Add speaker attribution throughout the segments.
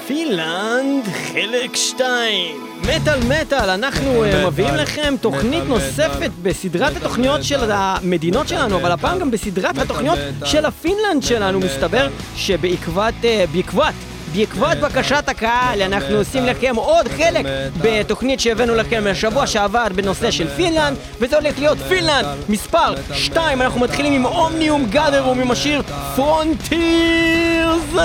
Speaker 1: פינלנד, חלק 2. מטל, אנחנו מביאים לכם תוכנית נוספת בסדרת התוכניות של המדינות שלנו, אבל הפעם גם בסדרת התוכניות של הפינלנד שלנו. מסתבר בעקבות בקשת הקהל אנחנו עושים לכם עוד חלק בתוכנית שהבאנו לכם השבוע שעבר בנושא של פינלנד, וזה הולך להיות פינלנד מספר 2. אנחנו מתחילים עם אומניום גאדרום עם השיר Frontiers.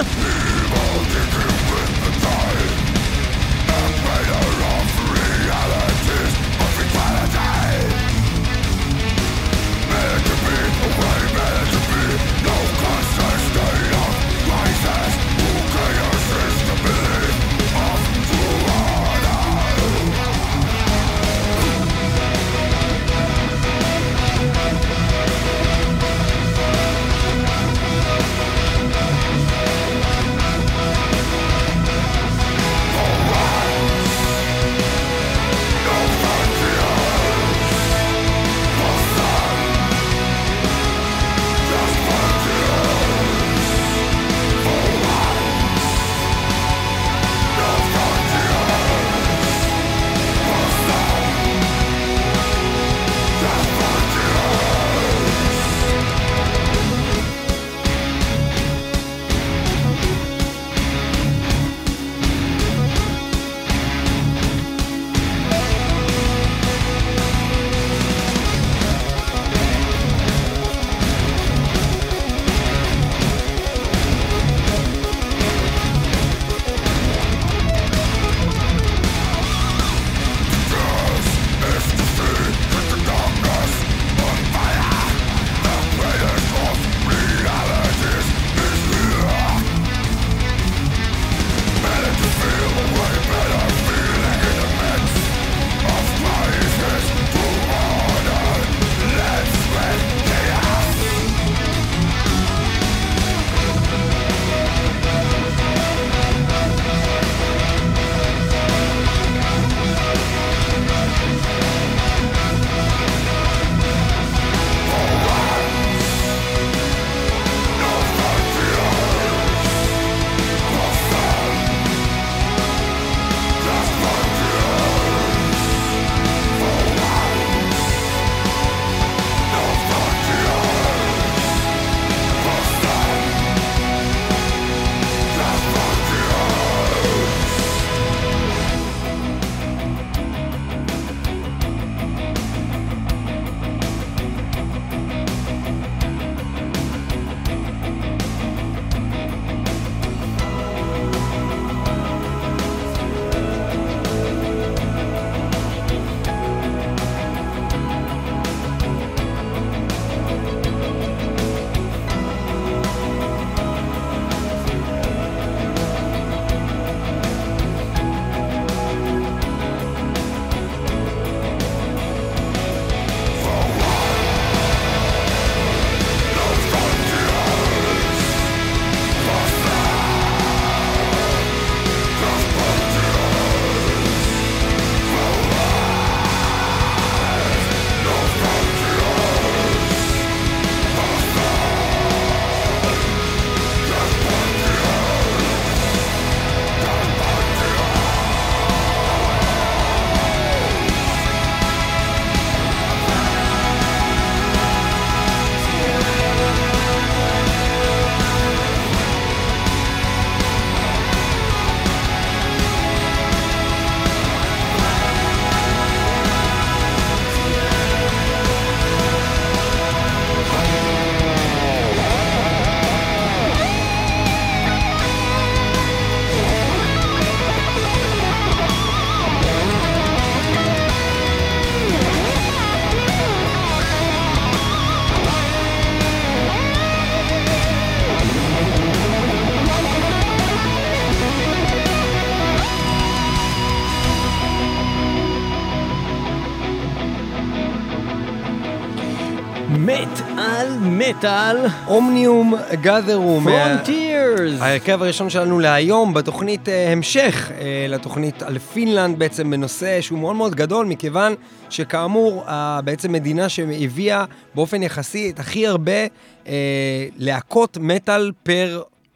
Speaker 1: מטל,
Speaker 2: אומניום גאדרום,
Speaker 1: Frontiers.
Speaker 2: ההרכב הראשון שלנו להיום בתוכנית המשך לתוכנית על פינלנד, בעצם בנושא שהוא מאוד מאוד גדול, מכיוון שכאמור בעצם מדינה שהביאה באופן יחסי את הכי הרבה להקות מטל פר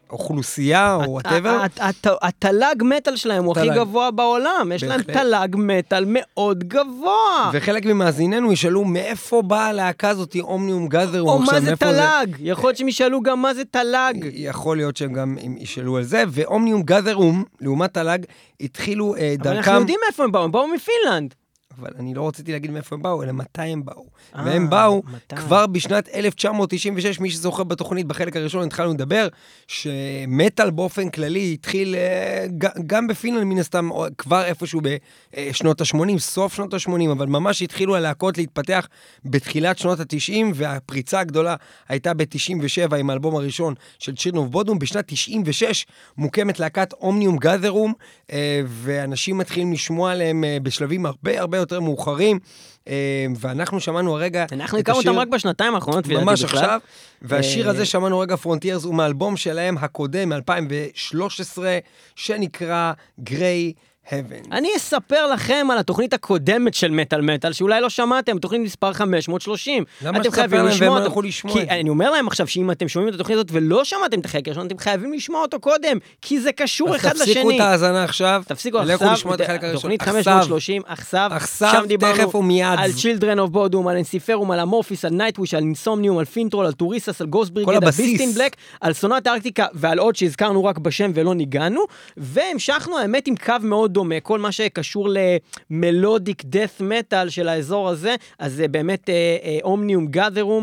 Speaker 2: אוכלוסייה או whatever.
Speaker 1: התל"ג מטל שלהם הוא הכי גבוה בעולם, יש להם תל"ג מטל מאוד גבוה.
Speaker 2: וחלק ממאזיננו ישאלו מאיפה באה הלהקה הזאת, אומניום גאת'רום.
Speaker 1: או מה זה תל"ג? יכול להיות שהם ישאלו גם מה זה תל"ג.
Speaker 2: יכול להיות שהם גם ישאלו על זה, ואומניום גאת'רום, לעומת תל"ג, התחילו דרכם...
Speaker 1: אבל אנחנו יודעים מאיפה הם באו, הם באו מפינלנד.
Speaker 2: אבל אני לא רציתי להגיד מאיפה הם באו, אלא מתי הם באו. והם באו כבר בשנת 1996, מי שזוכר בתוכנית, בחלק הראשון התחלנו לדבר, שמטל באופן כללי התחיל גם בפינלנד מן הסתם, כבר איפשהו בשנות ה-80, סוף שנות ה-80, אבל ממש התחילו הלהקות להתפתח בתחילת שנות ה-90, והפריצה הגדולה הייתה ב-97 עם האלבום הראשון של Children of Bodom. בשנת 96 מוקמת להקת אומניום גאת'רום, ואנשים מתחילים לשמוע עליהם בשלבים הרבה יותר מאוחרים, ואנחנו שמענו הרגע...
Speaker 1: אנחנו הכרנו אותם רק בשנתיים האחרונות.
Speaker 2: ממש עכשיו, והשיר הזה שמענו רגע פרונטיירס, הוא מהאלבום שלהם הקודם, מ-2013, שנקרא גריי Heaven.
Speaker 1: אני אספר לכם על התוכנית הקודמת של מטל, שאולי לא שמעתם, תוכנית מספר 530.
Speaker 2: למה שתספר להם והם לא יכולו לשמוע את זה?
Speaker 1: כי אני אומר להם עכשיו, שאם אתם שומעים את התוכנית הזאת ולא שמעתם את החקר שלנו, אתם חייבים לשמוע אותו קודם, כי זה קשור אחד לשני.
Speaker 2: אז תפסיקו את ההאזנה עכשיו.
Speaker 1: תפסיקו עכשיו, תוכנית 530, עכשיו, שם דיברנו על Children of Bodom, על אנסיפרום, על אמורפיס, על נייטוויש, על אינסומניום, על פינטרול, על טוריסס, על גוסט בריגד, על ביסטין בלק, על סונאט ארקטיקה, ועל עוד שהזכרנו רק בשם ולא ניגענו, והמשכנו האמת עם קו מאוד דומה, כל מה שקשור למלודיק דאת' מטל של האזור הזה, אז זה באמת אומניום גאת'רום,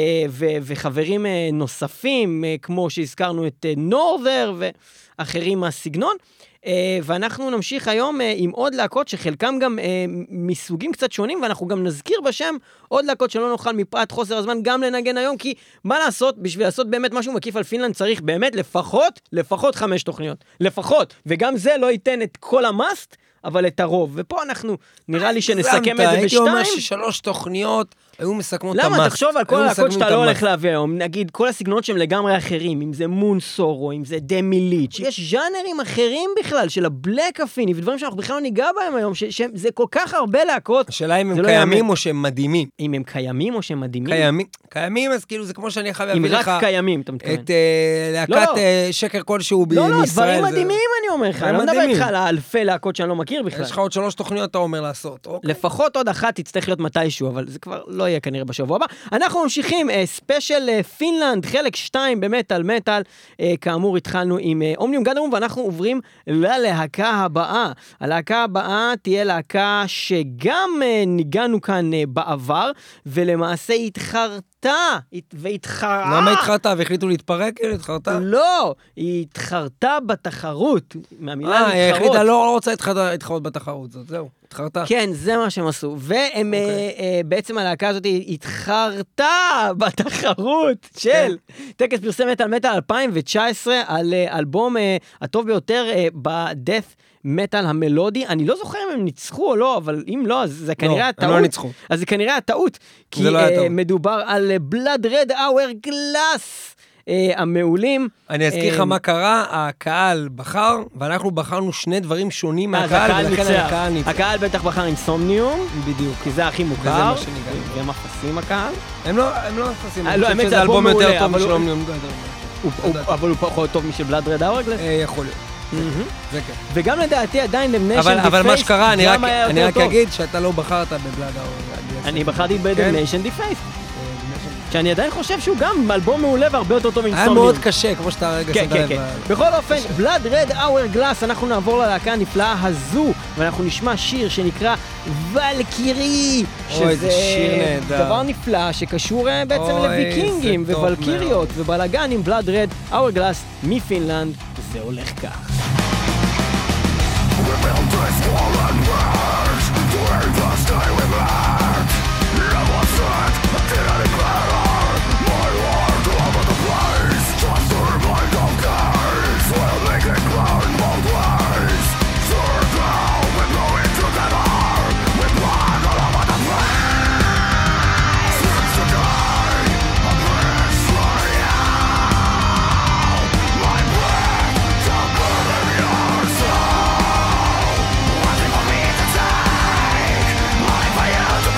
Speaker 1: וחברים נוספים, כמו שהזכרנו את נורת'ר ואחרים מהסגנון, ואנחנו נמשיך היום עם עוד להקות שחלקם גם מסוגים קצת שונים, ואנחנו גם נזכיר בשם עוד להקות שלא נוכל מפאת חוסר הזמן גם לנגן היום, כי מה לעשות, בשביל לעשות באמת משהו מקיף על פינלנד צריך באמת לפחות 5 תוכניות, לפחות, וגם זה לא ייתן את כל המאסט, אבל את הרוב, ופה אנחנו נראה לי שנסכם את זה
Speaker 2: הייתי אומר ש3 תוכניות היו מסכמות את המאסט.
Speaker 1: למה? תחשוב על כל הלהקות שאתה לא הולך להביא היום, נגיד כל הסגנונות שהם לגמרי אחרים, אם זה מון סורו, אם זה דמי ליץ', יש ז'אנרים אחרים בכלל של הבלק אפיני, ודברים שאנחנו בכלל לא ניגע בהם היום, שזה כל כך הרבה להקות.
Speaker 2: השאלה אם הם קיימים או שהם מדהימים.
Speaker 1: אם הם קיימים או שהם מדהימים?
Speaker 2: קיימים, אז כאילו זה כמו שאני חייב להביא לך...
Speaker 1: אם רק קיימים, אתה מתכוון.
Speaker 2: את להקת שקר כלשהו בישראל.
Speaker 1: לא, דברים מדהימים אני אומר לך, אני לא מדבר איתך על אלפי להקות שאני לא מכיר בכלל.
Speaker 2: יש לך עוד 3 תוכניות אתה אומר לעשות.
Speaker 1: לפחות עוד אחת תצטרך להיות מתישהו, אבל זה כבר לא יהיה כנראה בשבוע הבא. אנחנו ממשיכים, ספיישל פינלנד, חלק 2 במטל, כאמור התחלנו עם אומניום גאת'רום, ואנחנו עוברים ללהקה הבאה. הלהקה הבאה תהיה להקה שגם ניגענו כאן בעבר, ולמעשה והתחרתה.
Speaker 2: למה התחרתה? והחליטו להתפרק? התחרתה?
Speaker 1: לא, היא התחרתה בתחרות, מהמילה להתחרות.
Speaker 2: החליטה לא רוצה להתחרות בתחרות, זהו, התחרתה.
Speaker 1: כן, זה מה שהם עשו, והם בעצם הלהקה הזאת התחרתה בתחרות של טקס פרסי מטל 2019, על אלבום הטוב ביותר בדאת' מטל המלודי. אני לא זוכר אם הם ניצחו או לא, אבל אם לא, אז זה כנראה הטעות.
Speaker 2: הם לא ניצחו.
Speaker 1: אז זה כנראה הטעות, כי מדובר על Blood Red Hourglass המעולים.
Speaker 2: אני אזכיר לך מה קרה, הקהל בחר, ואנחנו בחרנו 2 דברים שונים מהקהל, ולכן הקהל ניצח.
Speaker 1: הקהל בטח בחר אינסומניום,
Speaker 2: בדיוק.
Speaker 1: כי זה הכי מוכר.
Speaker 2: וזה מה שניגע.
Speaker 1: והם אפסים הקהל.
Speaker 2: הם לא מפסים.
Speaker 1: אני חושב שזה אלבום יותר טוב
Speaker 2: משל אומניום גאת'רום.
Speaker 1: אבל הוא פחות טוב משל Blood Red Hourglass?
Speaker 2: יכול להיות. זה כן.
Speaker 1: וגם לדעתי עדיין למניישן דיפייס,
Speaker 2: אבל מה שקרה, אני רק אגיד שאתה לא בחרת בבלאד האורגלס.
Speaker 1: אני בחרתי בלמניישן דיפייס. שאני עדיין חושב שהוא גם אלבום מעולה והרבה יותר טוב עם סומניום.
Speaker 2: היה מאוד קשה, כמו שאתה רגע שמת לב.
Speaker 1: כן. בכל אופן, Blood Red Hourglass, אנחנו נעבור ללהקה הנפלאה הזו, ואנחנו נשמע שיר שנקרא ולקירי.
Speaker 2: אוי, זה שיר נהדר.
Speaker 1: דבר נפלא שקשור בעצם לוויקינגים ווולקיריות ובלגן עם Blood Red Hourglass מפינלנד. זה הולך כך.
Speaker 3: Fire to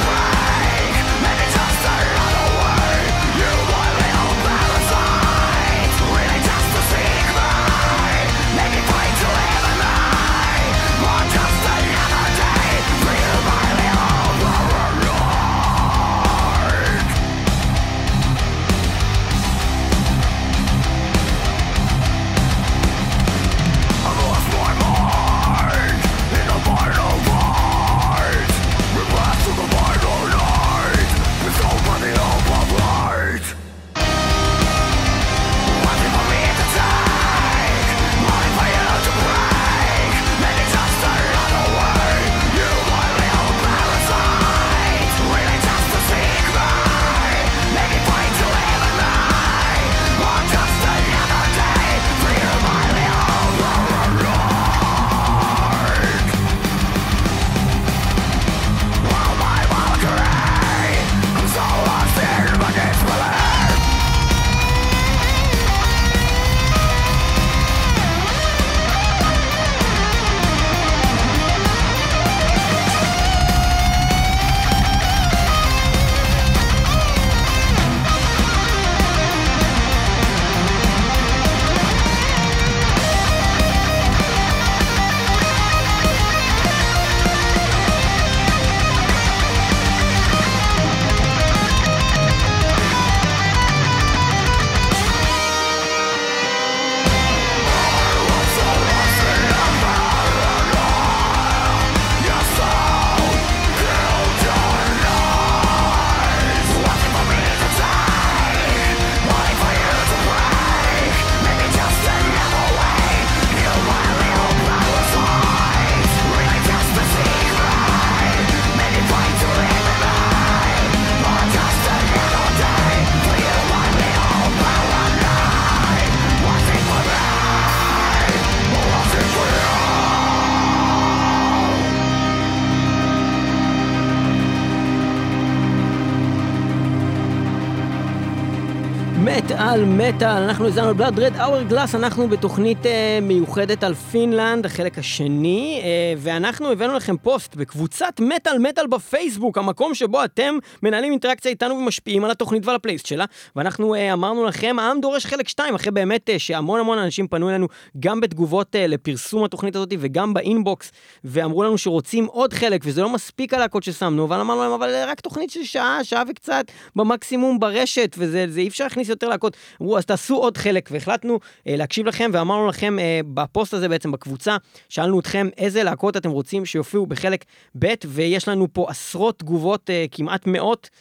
Speaker 1: מטל, מטל, אנחנו הזענו בלאד רד אאור גלאס, אנחנו בתוכנית מיוחדת על פינלנד, החלק השני, ואנחנו הבאנו לכם פוסט בקבוצת מטל מטל בפייסבוק, המקום שבו אתם מנהלים אינטראקציה איתנו ומשפיעים על התוכנית ועל הפלייסט שלה, ואנחנו אמרנו לכם, העם דורש חלק 2, אחרי באמת שהמון המון אנשים פנו אלינו, גם בתגובות לפרסום התוכנית הזאת וגם באינבוקס, ואמרו לנו שרוצים עוד חלק, וזה לא מספיק על הקוד ששמנו, אבל אמרנו להם, אבל רק תוכנית של שעה, שעה וקצת, במקסימום ברשת, וזה אי אפשר להכניס יותר להקות. אמרו, אז תעשו עוד חלק, והחלטנו להקשיב לכם, ואמרנו לכם בפוסט הזה בעצם בקבוצה, שאלנו אתכם איזה להקות אתם רוצים שיופיעו בחלק ב', ויש לנו פה עשרות תגובות, כמעט מאות,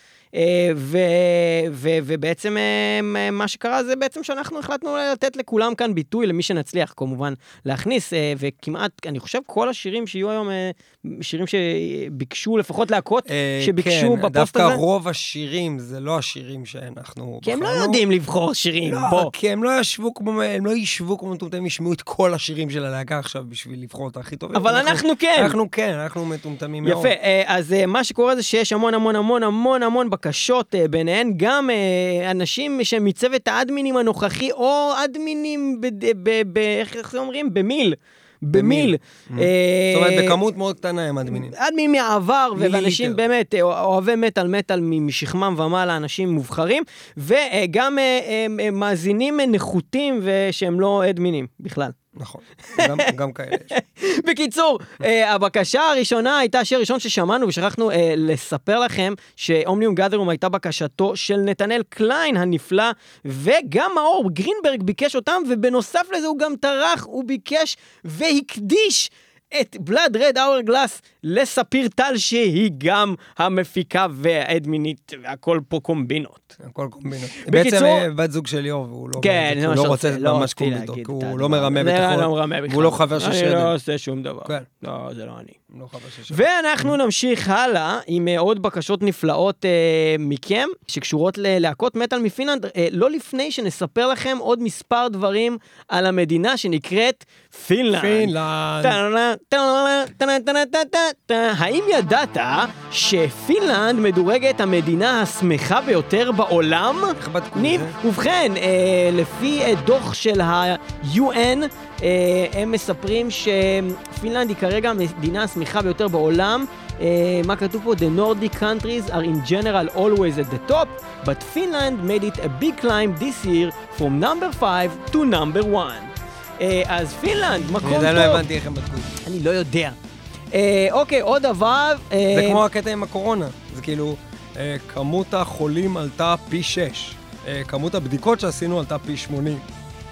Speaker 1: ובעצם מה שקרה זה בעצם שאנחנו החלטנו לתת לכולם כאן ביטוי, למי שנצליח כמובן להכניס, וכמעט, אני חושב כל השירים שיהיו היום, שירים שביקשו, לפחות להקות שביקשו בפוסט הזה.
Speaker 2: דווקא רוב השירים זה לא השירים שאנחנו בחרנו.
Speaker 1: כי הם לא יודעים לבחור שירים, בוא.
Speaker 2: כי הם לא ישבו כמו מטומטמים, ישמעו את כל השירים של הלהקה עכשיו בשביל לבחור את הכי טובים.
Speaker 1: אבל אנחנו כן.
Speaker 2: אנחנו מטומטמים מאוד.
Speaker 1: יפה, אז מה שקורה זה שיש המון בקשות ביניהן, גם אנשים שמצוות האדמינים הנוכחי, או אדמינים איך אומרים? במיל.
Speaker 2: זאת אומרת, בכמות מאוד קטנה הם אדמינים.
Speaker 1: אדמינים מהעבר, ואנשים באמת אוהבי מטל משכמם ומעלה, אנשים מובחרים, וגם מאזינים נחותים ושהם לא אדמינים בכלל.
Speaker 2: נכון, גם כאלה יש.
Speaker 1: בקיצור, הבקשה הראשונה הייתה השיר הראשון ששמענו, ושכחנו לספר לכם שאומניום גאדרום הייתה בקשתו של נתנאל קליין הנפלא, וגם מאור גרינברג ביקש אותם, ובנוסף לזה הוא גם טרח, הוא ביקש והקדיש את בלאד רד אאור גלאס לספיר טל, שהיא גם המפיקה והאדמינית, והכל פה קומבינות.
Speaker 2: הכל קומבינות. בעצם בת זוג של יור, והוא לא רוצה ממש קומבינות, הוא לא מרמה בתחרות, והוא לא חבר של שדר.
Speaker 1: אני לא עושה שום דבר. לא, זה לא אני. ואנחנו נמשיך הלאה עם עוד בקשות נפלאות מכם, שקשורות ללהקות מטל מפינלנד, לא לפני שנספר לכם עוד מספר דברים על המדינה שנקראת פינלנד. האם ידעת שפינלנד מדורגת המדינה השמחה ביותר בעולם? ניב, ובכן, לפי דוח של ה-UN, הם מספרים שפינלנד היא כרגע המדינה השמחה ביותר בעולם. מה כתוב פה? The Nordic countries are in general always at the top, but Finland made it a big climb this year from number 5 to number 1. אז פינלנד, מקום טוב.
Speaker 2: אני לא הבנתי איך הם בדקו.
Speaker 1: אני לא יודע. אוקיי, עוד דבר.
Speaker 2: זה כמו הקטע עם הקורונה. זה כאילו, כמות החולים עלתה פי 6. כמות הבדיקות שעשינו עלתה פי 80.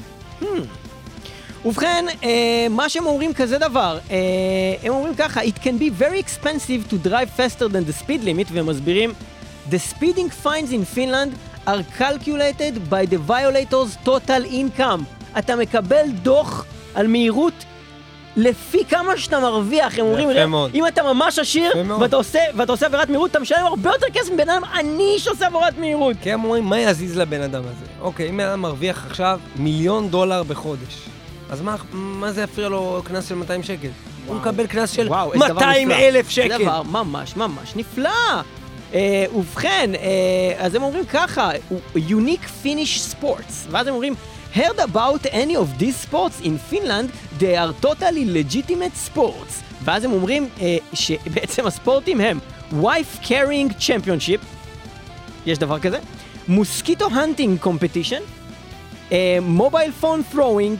Speaker 1: ובכן, מה שהם אומרים כזה דבר, הם אומרים ככה, it can be very expensive to drive faster than the speed limit, והם מסבירים, the speeding fines in Finland are calculated by the violators total income. אתה מקבל דוח על מהירות לפי כמה שאתה מרוויח. הם אומרים, אם אתה ממש עשיר ואתה עושה עבירת מהירות, אתה משלם הרבה יותר כסף מבן אדם עני שעושה עבירת מהירות.
Speaker 2: כי הם אומרים, מה יזיז לבן אדם הזה? אוקיי, אם בן אדם מרוויח עכשיו $1,000,000 בחודש, אז מה זה יפריע לו קנס של 200 שקל? הוא מקבל קנס של 200,000 שקל.
Speaker 1: זה דבר ממש נפלא. ובכן, אז הם אומרים ככה, unique Finnish sports, ואז הם אומרים, heard about any of these sports in Finland, they are totally legitimate sports. ואז הם אומרים שבעצם הספורטים הם wife carrying championship, יש דבר כזה, mosquito hunting competition, mobile phone throwing,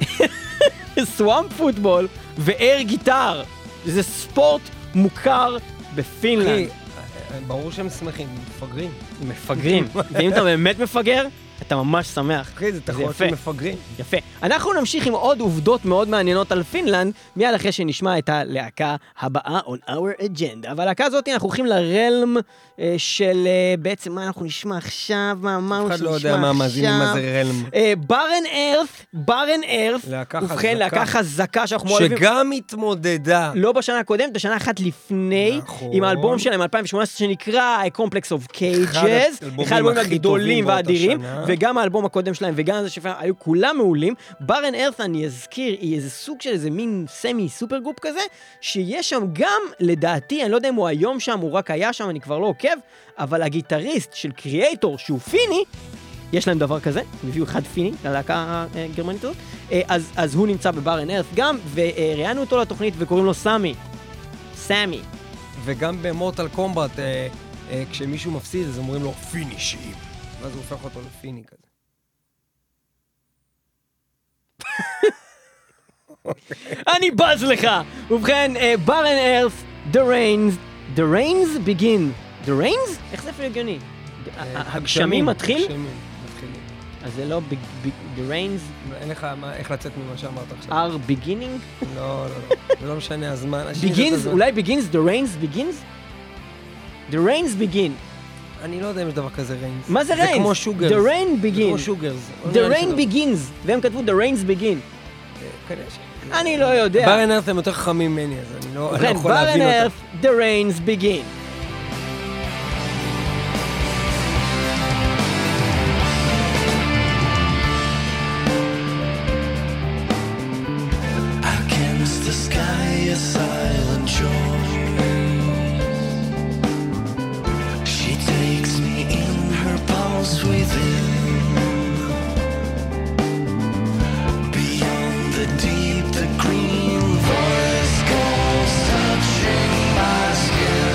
Speaker 1: swamp football ואייר גיטר. זה ספורט מוכר בפינלנד.
Speaker 2: ברור שהם שמחים,
Speaker 1: מפגרים. ואם אתה באמת מפגר, אתה ממש שמח.
Speaker 2: אחי, זה תחרות של מפגרים.
Speaker 1: יפה. אנחנו נמשיך עם עוד עובדות מאוד מעניינות על פינלנד, מיד אחרי שנשמע את הלהקה הבאה on our agenda. אבל הלהקה הזאת אנחנו הולכים לרלם של בעצם מה אנחנו נשמע עכשיו, מה
Speaker 2: אחד לא יודע מה מאזינים מה זה רלם.
Speaker 1: ברן ארת, ובכן להקה חזקה שאנחנו אוהבים.
Speaker 2: שגם התמודדה.
Speaker 1: לא בשנה הקודמת, בשנה אחת לפני, עם האלבום שלהם 2018 שנקרא Complex of Cages, אחד האלבומים הגדולים והאדירים, וגם האלבום הקודם שלהם וגם זה שפעם היו כולם מעולים. ברן ארת, אני אזכיר, היא איזה סוג של איזה מין סמי סופר גרופ כזה, שיש שם גם, לדעתי, אני לא יודע אם הוא היום שם, הוא רק היה שם, אני כבר לא עוקב, אבל הגיטריסט של קריאייטור, שהוא פיני, יש להם דבר כזה, הם הביאו אחד פיני ללהקה הגרמנית הזאת, אז הוא נמצא בבר אנד ארת גם, וראיינו אותו לתוכנית וקוראים לו סמי.
Speaker 2: וגם במורטל קומבט, כשמישהו מפסיד, אז אומרים לו פינישים, ואז הוא הופך אותו לפיני כזה.
Speaker 1: אני בז לך! ובכן, בר אנד ארת, The Rains begin. The Rains? איך זה אפילו הגיוני? הגשמים מתחיל?
Speaker 2: מתחילים.
Speaker 1: אז זה לא The Rains?
Speaker 2: אין לך איך לצאת ממה שאמרת עכשיו.
Speaker 1: Are beginning?
Speaker 2: לא. זה לא משנה, הזמן.
Speaker 1: Begins? אולי begins? The Rains begins? The Rains begin.
Speaker 2: אני לא יודע אם יש דבר כזה ריינס.
Speaker 1: מה זה ריינס?
Speaker 2: זה כמו שוגרס.
Speaker 1: The rain begins.
Speaker 2: זה כמו שוגרס.
Speaker 1: The rain begins. והם כתבו The Rains begin. אני לא יודע.
Speaker 2: בר אנד ארת הם יותר חכמים ממני, אז אני לא יכול להבין
Speaker 1: בר אנד
Speaker 2: אותם.
Speaker 1: ארת, The Rains begin.
Speaker 3: Against the sky, a silent shore. She takes me in her palms within. Beyond the deep, the green forest goes touching my skin.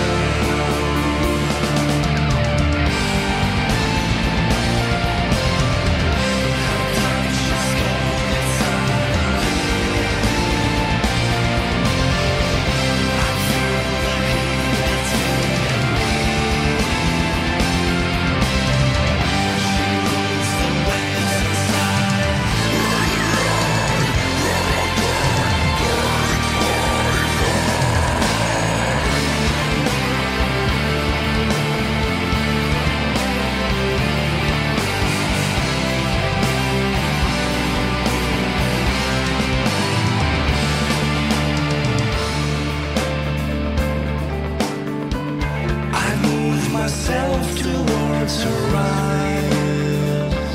Speaker 3: Myself towards her eyes.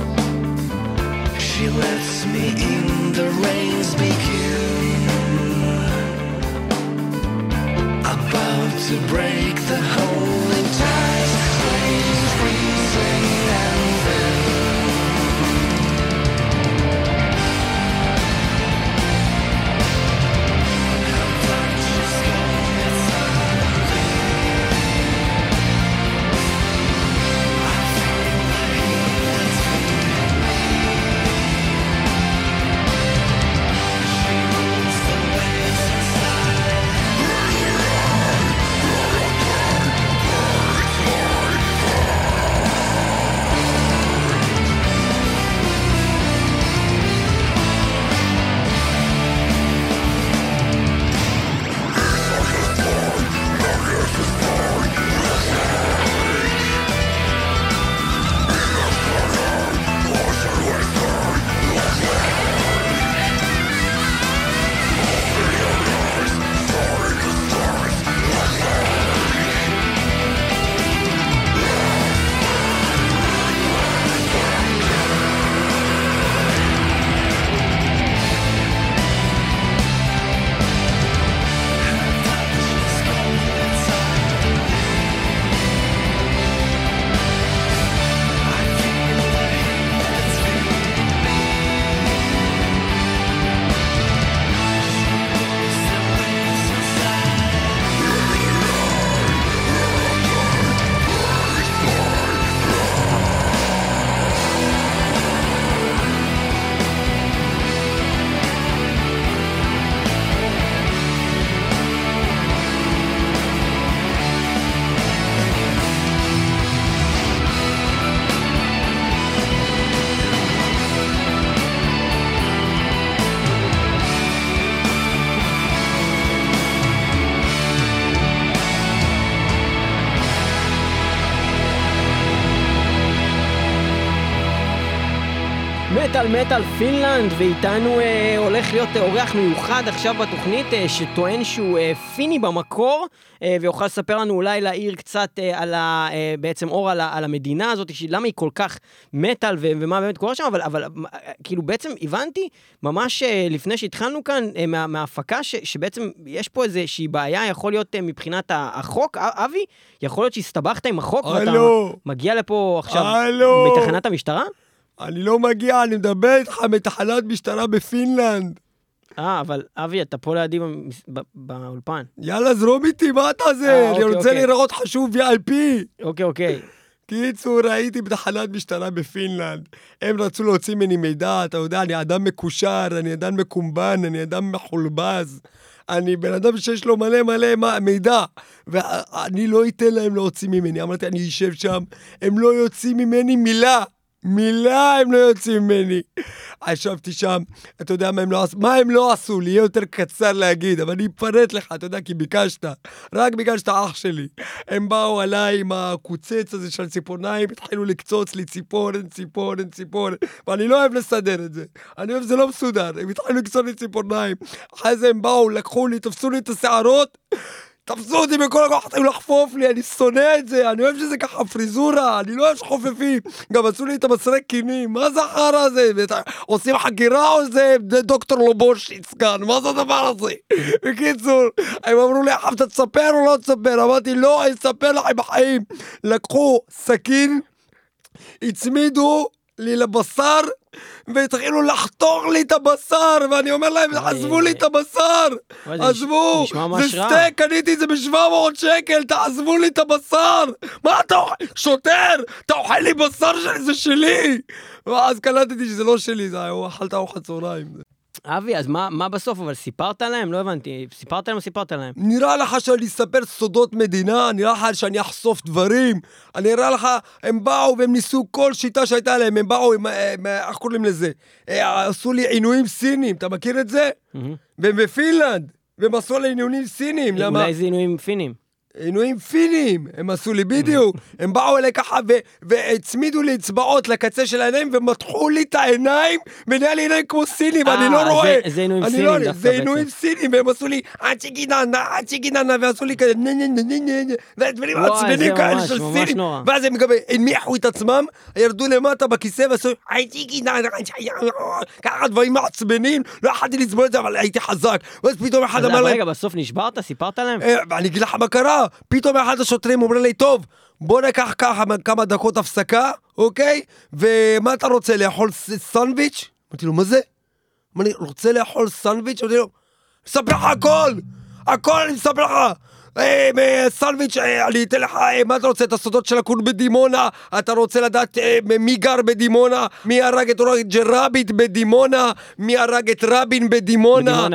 Speaker 3: She lets me in, the rains begin. About to break the holy ties, flames freezing and then
Speaker 1: מטל פינלנד, ואיתנו הולך להיות אורח מיוחד עכשיו בתוכנית שטוען שהוא פיני במקור, ויוכל לספר לנו אולי להעיר קצת על בעצם אור על המדינה הזאת, למה היא כל כך מטל ומה באמת קורה שם, אבל כאילו בעצם הבנתי ממש לפני שהתחלנו כאן מההפקה שבעצם יש פה איזושהי בעיה, יכול להיות מבחינת החוק, אבי, יכול להיות שהסתבכת עם החוק ואתה מגיע לפה עכשיו מתחנת המשטרה?
Speaker 2: אני לא מגיע, אני מדבר איתך מתחנת משטרה בפינלנד.
Speaker 1: אבל אבי, אתה פה לידי באולפן.
Speaker 2: יאללה, זרום איתי, מה אתה זה? אני רוצה לראות חשוב VIP.
Speaker 1: אוקיי.
Speaker 2: קיצור, ראיתי בתחנת משטרה בפינלנד. הם רצו להוציא ממני מידע, אתה יודע, אני אדם מקושר, אני אדם מקומבן, אני אדם מחולבז. אני בן אדם שיש לו מלא מידע, ואני לא אתן להם להוציא ממני. אמרתי, אני אשב שם, הם לא יוצאים ממני מילה הם לא יוצאים ממני. ישבתי שם, אתה יודע מה הם לא עשו לי, יהיה יותר קצר להגיד, אבל אני אפרט לך, אתה יודע, כי רק ביקשת אח שלי. הם באו עליי עם הקוצץ הזה של ציפורניים, התחילו לקצוץ לי ציפורן, ואני לא אוהב לסדר את זה. אני אוהב, זה לא מסודר, הם התחילו לקצוץ לי ציפורניים. אחרי זה הם באו, לקחו לי, תפסו לי את השערות, תפסו אותי בכל הכוח, אתם לחפוף לי, אני שונא את זה, אני אוהב שזה ככה פריזורה, אני לא אוהב שחופפים, גם עשו לי את המסרק קינים, מה זה החר הזה? עושים חקירה או זה דוקטור לובושיץ כאן, מה זה הדבר הזה? בקיצור, הם אמרו לי, אתה תספר או לא תספר? אמרתי, לא, אני אספר לכם בחיים. לקחו סכין, הצמידו לי לבשר, והתחילו לחתוך לי את הבשר, ואני אומר להם, עזבו לי את הבשר, עזבו, זה סטייק, קניתי את זה ב700 שקל, תעזבו לי את הבשר, מה אתה אוכל? שוטר, אתה אוכל לי בשר שלי, זה שלי, ואז קלטתי שזה לא שלי, זה היה, אכלת ארוחת צהריים.
Speaker 1: אבי, אז מה בסוף? אבל סיפרת להם? לא הבנתי. סיפרת להם או סיפרת להם?
Speaker 2: נראה לך שאני אספר סודות מדינה? נראה לך שאני אחשוף דברים? אני אראה לך, הם באו והם ניסו כל שיטה שהייתה להם, הם באו, איך קוראים לזה? עשו לי עינויים סינים, אתה מכיר את זה? והם בפינלנד, והם עשו לי עינויים סינים.
Speaker 1: אולי זה עינויים פינים.
Speaker 2: עינויים פינים, הם עשו לי בדיוק, הם באו אליי ככה והצמידו לי אצבעות לקצה של העיניים ומתחו לי את העיניים ונהיה לי עיניים כמו סינים, אני לא רואה.
Speaker 1: זה עינויים סינים דווקא בעצם.
Speaker 2: זה עינויים סינים, והם עשו לי עציגיננה, ועשו לי כזה והדברים עצבנים כאלה של סינים, ואז הם גם הנמיכו את עצמם, ירדו למטה בכיסא ועשו עציגיננה, ככה דברים מעצבנים, לא יכולתי לסבול את זה, אבל הייתי חזק, ואז פתאום אחד אמר להם,
Speaker 1: רגע, בסוף נשברת? סיפרת להם?
Speaker 2: אני אגיד לך מה קרה. פתאום אחד השוטרים אומר לי, טוב, בוא ניקח ככה כמה דקות הפסקה, אוקיי? ומה אתה רוצה, לאכול סנדוויץ'? אמרתי לו, מה זה? אני רוצה לאכול סנדוויץ'? אמרתי לו, אספר לך הכל אני אספר לך. סנדוויץ', אני אתן לך, מה אתה רוצה? את הסודות של הכון בדימונה, אתה רוצה לדעת מי גר בדימונה, מי הרג את רבין בדימונה, מי הרג את רבין בדימונה,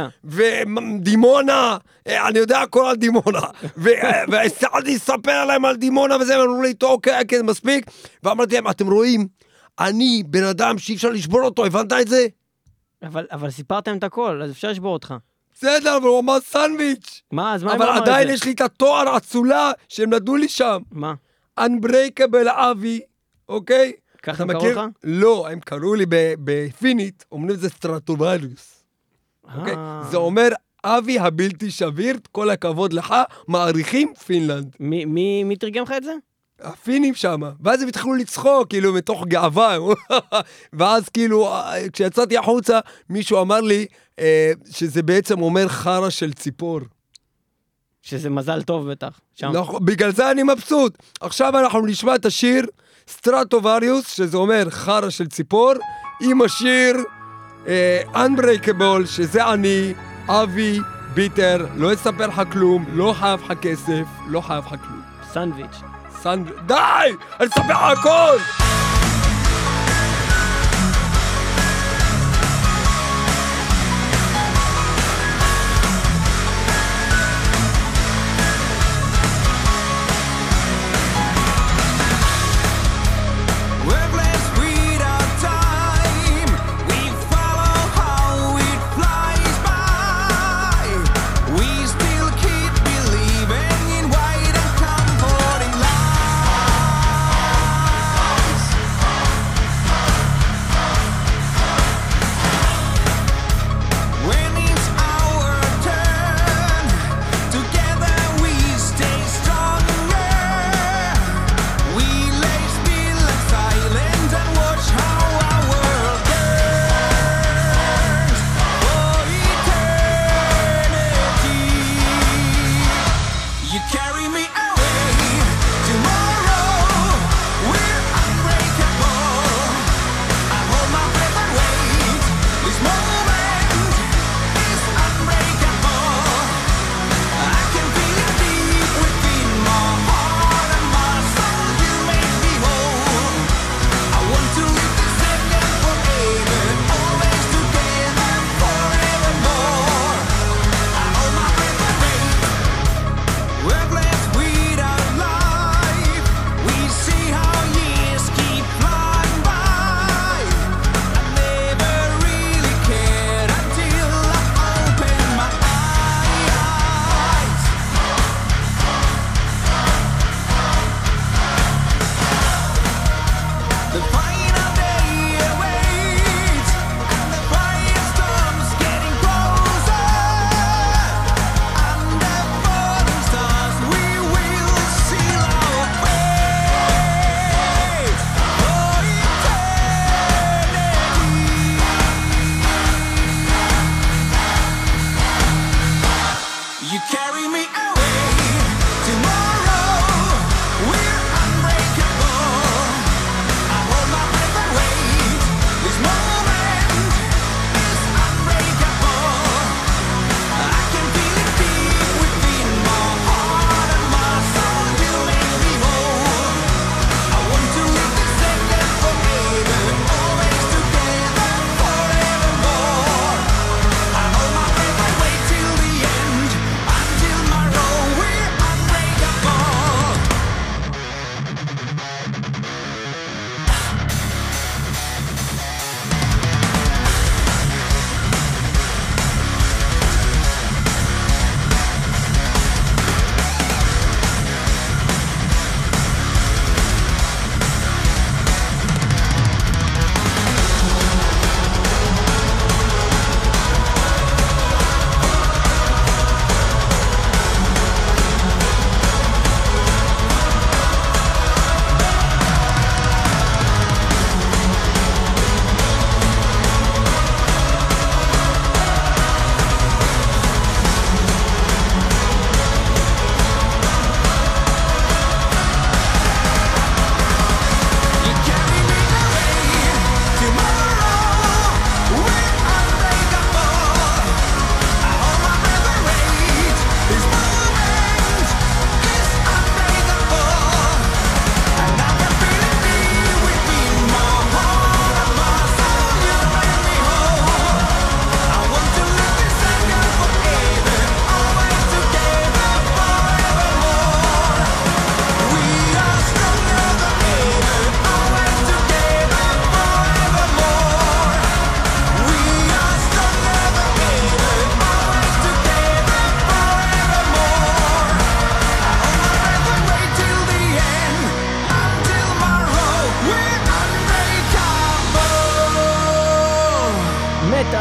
Speaker 2: ודימונה, אני יודע הכל על דימונה, והסתכלתי לספר להם על דימונה וזה, הם אמרו לי, אוקיי, מספיק, ואמרתי להם, אתם רואים, אני בן אדם שאי אפשר לשבור אותו, הבנת את זה?
Speaker 1: אבל סיפרתם את הכל, אז אפשר לשבור אותך.
Speaker 2: בסדר, אבל הוא אמר סנדוויץ'.
Speaker 1: מה, אז מה
Speaker 2: אבל עדיין יש לי את התואר הצולה שהם נדעו לי שם.
Speaker 1: מה?
Speaker 2: Unbreakable אבי, אוקיי?
Speaker 1: ככה הם קראו לך?
Speaker 2: לא, הם קראו לי בפינית, אומרים את זה סטרטובריוס. אוקיי? זה אומר, אבי הבלתי שביר, כל הכבוד לך, מעריכים פינלנד.
Speaker 1: מי תרגם לך את זה?
Speaker 2: הפינים שם, ואז הם התחילו לצחוק, כאילו, מתוך גאווה, ואז כאילו, כשיצאתי החוצה, מישהו אמר לי, שזה בעצם אומר חרה של ציפור.
Speaker 1: שזה מזל טוב בטח.
Speaker 2: בגלל זה אני מבסוט. עכשיו אנחנו נשמע את השיר, סטרטובריוס, שזה אומר חרה של ציפור, עם השיר, Unbreakable, שזה אני, אבי, ביטר, לא אספר לך כלום, לא חייב לך כסף, לא חייב לך כלום.
Speaker 1: סנדוויץ'.
Speaker 2: די! אני אספר לך הכל!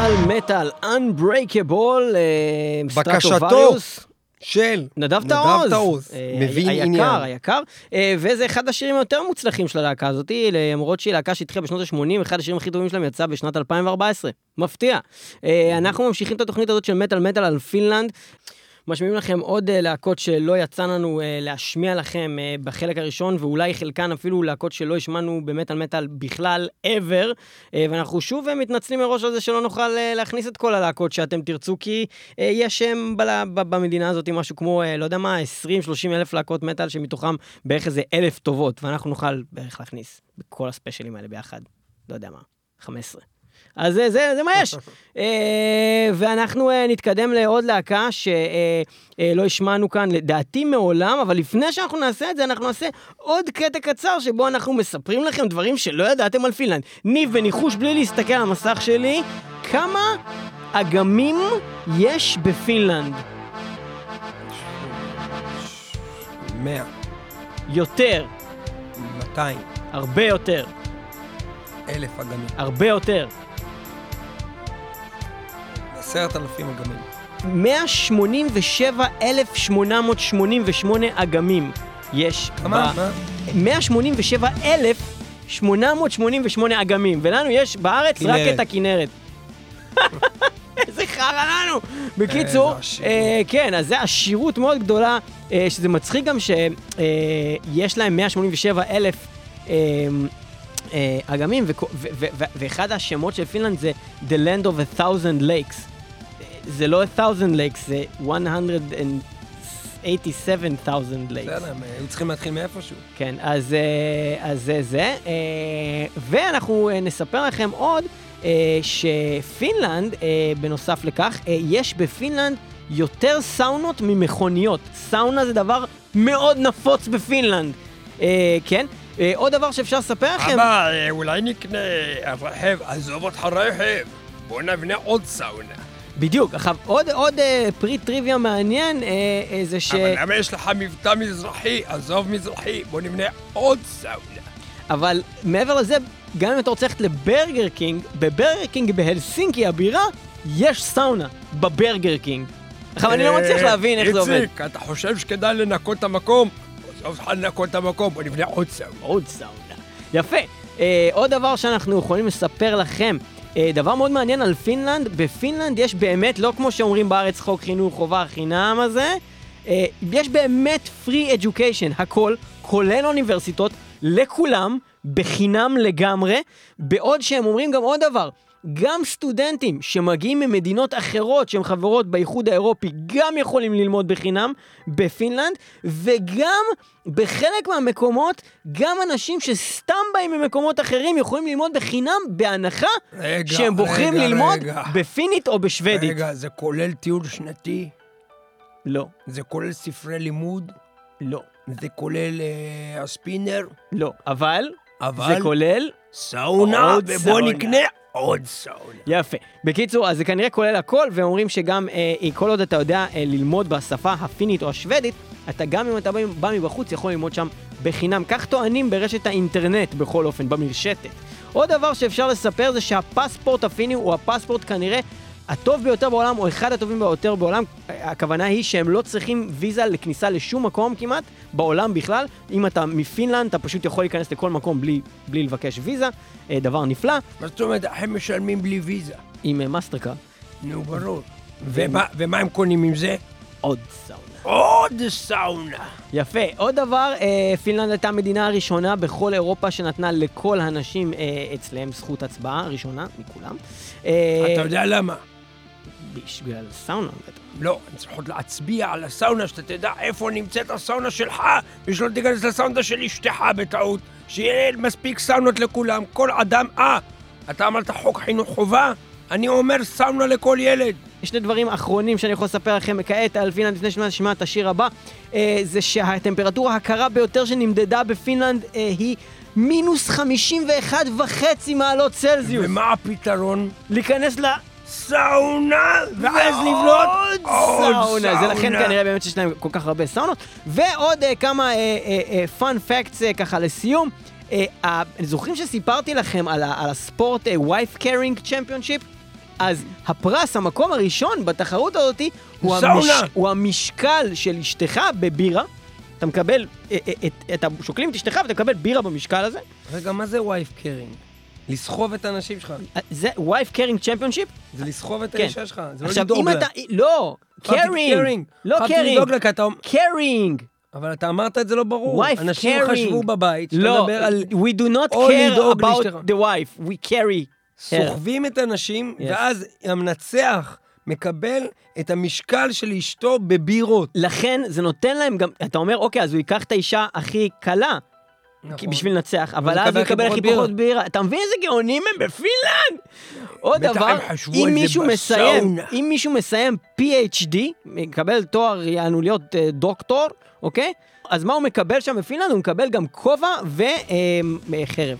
Speaker 1: מטל Unbreakable,
Speaker 2: בקשתו של
Speaker 1: נדב תעוז,
Speaker 2: מבין עניין.
Speaker 1: היקר, וזה אחד השירים היותר מוצלחים של הלהקה הזאת, למרות שהיא להקה שהתחילה בשנות ה-80, אחד השירים הכי טובים שלהם יצא בשנת 2014, מפתיע. אנחנו ממשיכים את התוכנית הזאת של מטל על פינלנד, משמיעים לכם עוד להקות שלא יצא לנו להשמיע לכם בחלק הראשון, ואולי חלקן אפילו להקות שלא השמענו במטל בכלל ever, ואנחנו שוב מתנצלים מראש על זה שלא נוכל להכניס את כל הלהקות שאתם תרצו, כי יש במדינה הזאת משהו כמו, לא יודע מה, 20-30 אלף להקות מטל, שמתוכם בערך איזה 1,000 טובות, ואנחנו נוכל בערך להכניס בכל הספיישלים האלה ביחד, לא יודע מה, 15. אז זה מה יש. ואנחנו נתקדם לעוד להקה שלא השמענו כאן לדעתי מעולם, אבל לפני שאנחנו נעשה את זה, אנחנו נעשה עוד קטע קצר שבו אנחנו מספרים לכם דברים שלא ידעתם על פינלנד. ניב, בניחוש בלי להסתכל על המסך שלי, כמה אגמים יש בפינלנד?
Speaker 2: 100.
Speaker 1: יותר.
Speaker 2: 200.
Speaker 1: הרבה יותר.
Speaker 2: 1,000 אגמים.
Speaker 1: הרבה יותר.
Speaker 2: 10,000 אגמים.
Speaker 1: 187,888 אגמים יש.
Speaker 2: כמה?
Speaker 1: 187,888 אגמים, ולנו יש בארץ
Speaker 2: כנרת.
Speaker 1: רק את הכנרת. איזה חרא לנו! בקיצור, כן, אז זה עשירות מאוד גדולה, שזה מצחיק גם שיש להם 187,000 אגמים, ואחד השמות של פינלנד זה The Land of 1,000 Lakes. זה לא 1,000 Lakes, זה 187,000 Lakes.
Speaker 2: בסדר, הם היו צריכים להתחיל מאיפשהו.
Speaker 1: כן, אז זה. ואנחנו נספר לכם עוד שפינלנד, בנוסף לכך, יש בפינלנד יותר סאונות ממכוניות. סאונה זה דבר מאוד נפוץ בפינלנד. כן? עוד דבר שאפשר לספר לכם...
Speaker 2: אבא, אולי נקנה רכב, עזוב אותך רכב, בוא נבנה עוד סאונה.
Speaker 1: בדיוק, עכשיו, עוד פרי טריוויה מעניין זה ש...
Speaker 2: אבל למה יש לך מבטא מזרחי, עזוב מזרחי, בוא נבנה עוד סאונה.
Speaker 1: אבל מעבר לזה, גם אם אתה רוצה ללכת לברגר קינג, בברגר קינג בהלסינקי הבירה, יש סאונה בברגר קינג. עכשיו, אני לא מצליח להבין איך זה עובד.
Speaker 2: איציק, אתה חושב שכדאי לנקות את המקום? עזוב לך לנקות את המקום, בוא נבנה עוד סאונה.
Speaker 1: עוד סאונה. יפה. עוד דבר שאנחנו יכולים לספר לכם, דבר מאוד מעניין על פינלנד, בפינלנד יש באמת, לא כמו שאומרים בארץ חוק חינוך חובה חינם הזה, יש באמת free education, הכל, כולל אוניברסיטות, לכולם, בחינם לגמרי, בעוד שהם אומרים גם עוד דבר, גם סטודנטים שמגיעים ממדינות אחרות שהן חברות באיחוד האירופי גם יכולים ללמוד בחינם בפינלנד, וגם בחלק מהמקומות גם אנשים שסתם באים ממקומות אחרים יכולים ללמוד בחינם בהנחה שהם בוחרים ללמוד בפינית או בשוודית.
Speaker 2: רגע, זה כולל טיול שנתי?
Speaker 1: לא.
Speaker 2: זה כולל ספרי לימוד?
Speaker 1: לא.
Speaker 2: זה כולל הספינר?
Speaker 1: לא, אבל זה כולל
Speaker 2: סאונה, ובוא נקנה עוד סאונה.
Speaker 1: יפה. בקיצור, אז זה כנראה כולל הכל, ואומרים שגם כל עוד אתה יודע ללמוד בשפה הפינית או השוודית, אתה גם אם אתה בא מבחוץ יכול ללמוד שם בחינם. כך טוענים ברשת האינטרנט בכל אופן, במרשתת. עוד דבר שאפשר לספר זה שהפספורט הפיני הוא הפספורט כנראה הטוב ביותר בעולם, או אחד הטובים ביותר בעולם. הכוונה היא שהם לא צריכים ויזה לכניסה לשום מקום כמעט, בעולם בכלל. אם אתה מפינלנד, אתה פשוט יכול להיכנס לכל מקום בלי לבקש ויזה. דבר נפלא.
Speaker 2: מה זאת אומרת, הם משלמים בלי ויזה?
Speaker 1: עם מאסטרקארד.
Speaker 2: נו, ברור. ומה הם קונים עם זה?
Speaker 1: עוד סאונה.
Speaker 2: עוד סאונה.
Speaker 1: יפה. עוד דבר, פינלנד הייתה המדינה הראשונה בכל אירופה שנתנה לכל האנשים אצלהם זכות הצבעה, ראשונה מכולם.
Speaker 2: אתה יודע למה?
Speaker 1: בגלל סאונה.
Speaker 2: לא, הן צריכות להצביע על הסאונה, שאתה תדע איפה נמצאת הסאונה שלך, ושלא תיכנס לסאונה של אשתך בטעות, שיהיה מספיק סאונות לכולם, כל אדם, אתה אמרת חוק חינוך חובה? אני אומר סאונה לכל ילד.
Speaker 1: יש שני דברים אחרונים שאני יכול לספר לכם כעת על פינלנד לפני שנשמע את השיר הבא, זה שהטמפרטורה הקרה ביותר שנמדדה בפינלנד היא מינוס 51.5 מעלות צלזיוס.
Speaker 2: ומה הפתרון?
Speaker 1: להיכנס
Speaker 2: סאונה, ואז לבנות עוד סאונה.
Speaker 1: זה לכן כנראה באמת שיש להם כל כך הרבה סאונות. ועוד כמה פאנ פקטס ככה לסיום. זוכרים שסיפרתי לכם על הספורט Wife Carrying Championship? אז הפרס, המקום הראשון בתחרות הזאת, הוא המשקל של אשתך בבירה. אתה מקבל, אתה שוקלים את אשתך ואתה מקבל בירה במשקל הזה.
Speaker 2: רגע, מה זה וייף קרינג? לסחוב את האנשים שלך.
Speaker 1: זה וייף קרינג צ'מפיונשיפ?
Speaker 2: זה לסחוב את האישה שלך, זה לא
Speaker 1: עכשיו,
Speaker 2: לדאוג לה.
Speaker 1: לא, קרינג. לא קרינג.
Speaker 2: אבל אתה אמרת את זה לא ברור.
Speaker 1: Wife
Speaker 2: אנשים
Speaker 1: carrying.
Speaker 2: חשבו בבית,
Speaker 1: לא, we do not care about the wife, we carry.
Speaker 2: סוחבים את האנשים, ואז המנצח מקבל את המשקל של אשתו בבירות.
Speaker 1: לכן זה נותן להם גם, אתה אומר, אוקיי, אז הוא ייקח את האישה הכי קלה, בשביל לנצח, אבל אז הוא יקבל הכי פחות בירה. אתה מבין איזה גאונים הם בפינלנד? עוד דבר, אם מישהו מסיים PhD, מקבל תואר, יענו להיות דוקטור, אוקיי? אז מה הוא מקבל שם בפינלנד? הוא מקבל גם כובע וחרב.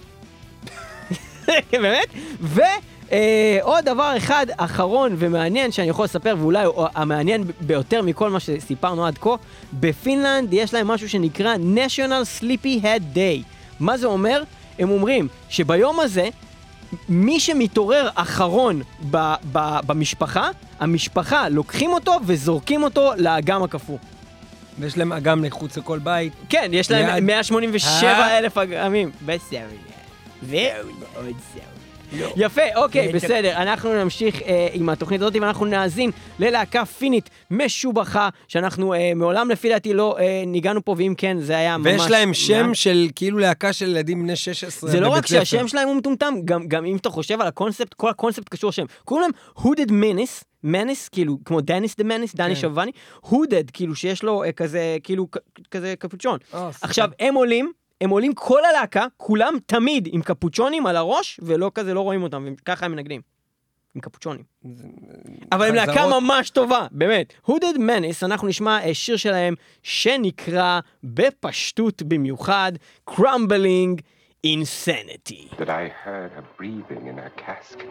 Speaker 1: באמת? ועוד דבר אחד אחרון ומעניין שאני יכול לספר, ואולי המעניין ביותר מכל מה שסיפרנו עד כה, בפינלנד יש להם משהו שנקרא National Sleepyhead Day. מה זה אומר? הם אומרים שביום הזה, מי שמתעורר אחרון במשפחה, המשפחה לוקחים אותו וזורקים אותו לאגם הקפוא.
Speaker 2: ויש להם אגם לחוץ לכל בית.
Speaker 1: כן, יש להם 187,000 אגמים. בסדר. מאוד סדר. יפה, אוקיי, בסדר. אנחנו נמשיך עם התוכנית הזאת, ואנחנו נאזין ללהקה פינית משובחה, שאנחנו מעולם לפי דעתי לא ניגענו פה, ואם כן, זה היה ממש...
Speaker 2: ויש להם שם של כאילו להקה של ילדים בני 16
Speaker 1: זה לא רק שהשם שלהם הוא מטומטם, גם אם אתה חושב על הקונספט, כל הקונספט קשור לשם. קוראים להם Hooded Menace, מנס, כאילו, כמו דניס דה מנס, דני שבני, הודד, כאילו, שיש לו כזה, כאילו, כזה קפוצ'ון. עכשיו, הם עולים כל הלהקה, כולם תמיד עם קפוצ'ונים על הראש, ולא כזה, לא רואים אותם, וככה הם מנגנים. עם קפוצ'ונים. אבל הם להקה ממש טובה, באמת. הודד מנס, אנחנו נשמע שיר שלהם, שנקרא בפשטות במיוחד, Crumbling Insanity.
Speaker 4: That I heard her breathing in her casket.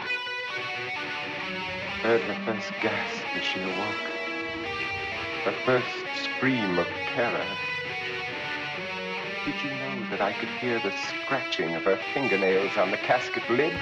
Speaker 4: Heard her first gasp as she awoke. Her first scream of terror. Did you know that I could hear the scratching of her fingernails on the casket lid?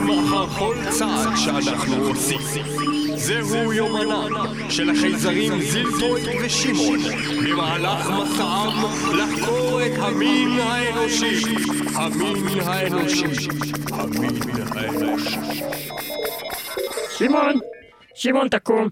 Speaker 5: עוקבים אחר כל צעד שאנחנו עושים. זהו יומנם של החייזרים זילטוי ושמעון במהלך מסעם לחקור את המין האנושי. המין האנושי. המין האנושי.
Speaker 1: שמעון תקום.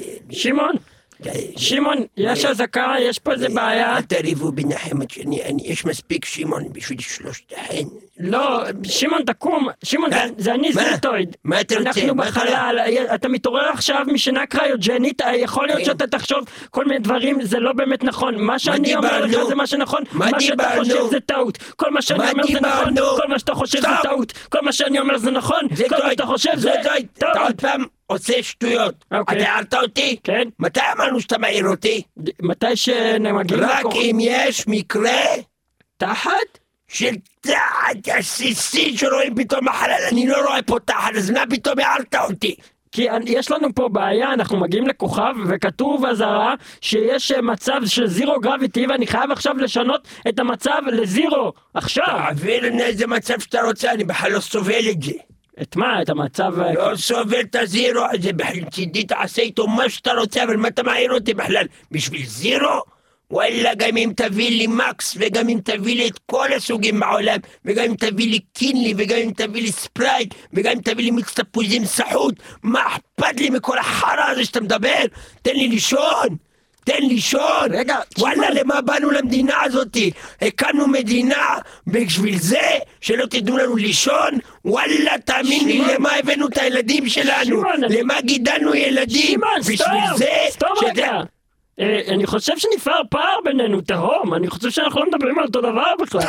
Speaker 1: שמעון, יש הזקה, יש פה איזה בעיה.
Speaker 6: אל תריבו ביניכם, יש מספיק שמעון בשביל שלושתכם.
Speaker 1: לא, שמעון תקום, שמעון זה אני זילטויד.
Speaker 6: מה אתה רוצה?
Speaker 1: אנחנו בחלל, אתה מתעורר עכשיו משינה קריוג'נית, יכול להיות שאתה תחשוב כל מיני דברים, זה לא באמת נכון. מה שאני אומר לך זה מה שנכון, מה שאתה חושב זה טעות. כל מה שאני אומר זה נכון, כל מה שאתה חושב זה טעות. כל מה שאני אומר זה נכון, כל מה שאתה חושב זה טעות.
Speaker 6: אתה עוד פעם עושה שטויות. אתה הערת אותי?
Speaker 1: כן.
Speaker 6: מתי אמרנו שאתה מעיר אותי?
Speaker 1: מתי שנמגיעים
Speaker 6: רק אם יש מקרה
Speaker 1: תחת?
Speaker 6: של תחת הסיסי שרואים פתאום החלל, אני לא רואה פה תחת, אז מה פתאום הערת אותי?
Speaker 1: כי יש לנו פה בעיה, אנחנו מגיעים לכוכב וכתוב אזהרה שיש מצב של זירו גרביטי ואני חייב עכשיו לשנות את המצב לזירו, עכשיו.
Speaker 6: תעביר לנו איזה מצב שאתה רוצה, אני בכלל לא סובל את זה.
Speaker 1: את מה? את המצב...
Speaker 6: לא סובל את הזירו הזה, בכלל צידי תעשה איתו מה שאתה רוצה, אבל מה אתה מעיר אותי בכלל? בשביל זירו? וואלה, גם אם תביא לי מקס, וגם אם תביא לי את כל הסוגים בעולם, וגם אם תביא לי קינלי, וגם אם תביא לי ספרייט, וגם אם תביא לי מיקס תפוזים סחוט, מה אכפת לי מכל החרא הזה שאתה מדבר? תן לי לישון! תן לישון!
Speaker 1: רגע,
Speaker 6: וואלה, למה באנו למדינה הזאת? הקמנו מדינה בשביל זה שלא תדעו לנו לישון? וואלה, תאמין לי, למה הבאנו את הילדים שלנו? למה גידלנו ילדים? בשביל זה...
Speaker 1: סתום רגע! אני חושב שנפער פער בינינו, תהום, אני חושב שאנחנו לא מדברים על אותו דבר בכלל.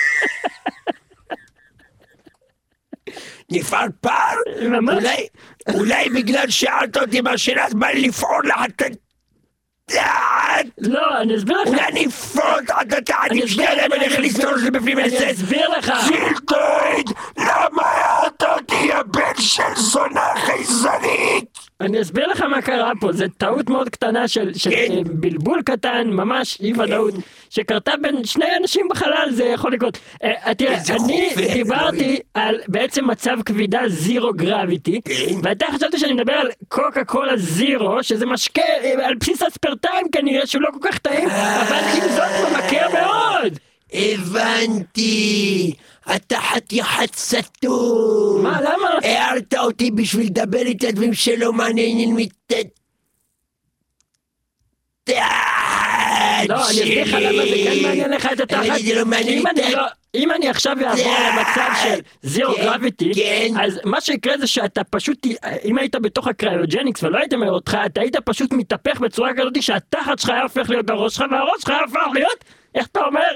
Speaker 6: נפער פער? אולי בגלל שאלת אותי מהשאלה, אז בא לי לפעול לך
Speaker 1: לא, אני אסביר לך.
Speaker 6: אולי אני אפעול לך אני אסביר להם, אני אכניס לסתור שלי בפנים
Speaker 1: אני אסביר לך.
Speaker 6: זילטויד, למה הערת אותי הבן של זונה חייזרית?
Speaker 1: אני אסביר לך מה קרה פה, זה טעות מאוד קטנה של בלבול קטן, ממש אי ודאות, שקרתה בין שני אנשים בחלל, זה יכול לקרות. תראה, אני דיברתי על בעצם מצב כבידה זירו גרביטי, ואתה חשבת שאני מדבר על קוקה קולה זירו, שזה משקה על בסיס אספרטיים כנראה שהוא לא כל כך טעים, אבל עם זאת ממכר מאוד.
Speaker 6: הבנתי, אתה חתיכת סתום.
Speaker 1: מה, למה?
Speaker 6: הערת אותי בשביל לדבר את הדברים שלא מעניינים מתת...
Speaker 1: לא, אני אסביר לך למה זה כן מעניין לך את התחת. אם אני עכשיו אעבור למצב של זירו גרביטי, אז מה שיקרה זה שאתה פשוט, אם היית בתוך הקריוג'ניקס ולא היית מעיר אותך, אתה היית פשוט מתהפך בצורה כזאת שהתחת שלך היה הופך להיות הראש שלך, והראש שלך היה הופך להיות, איך אתה אומר?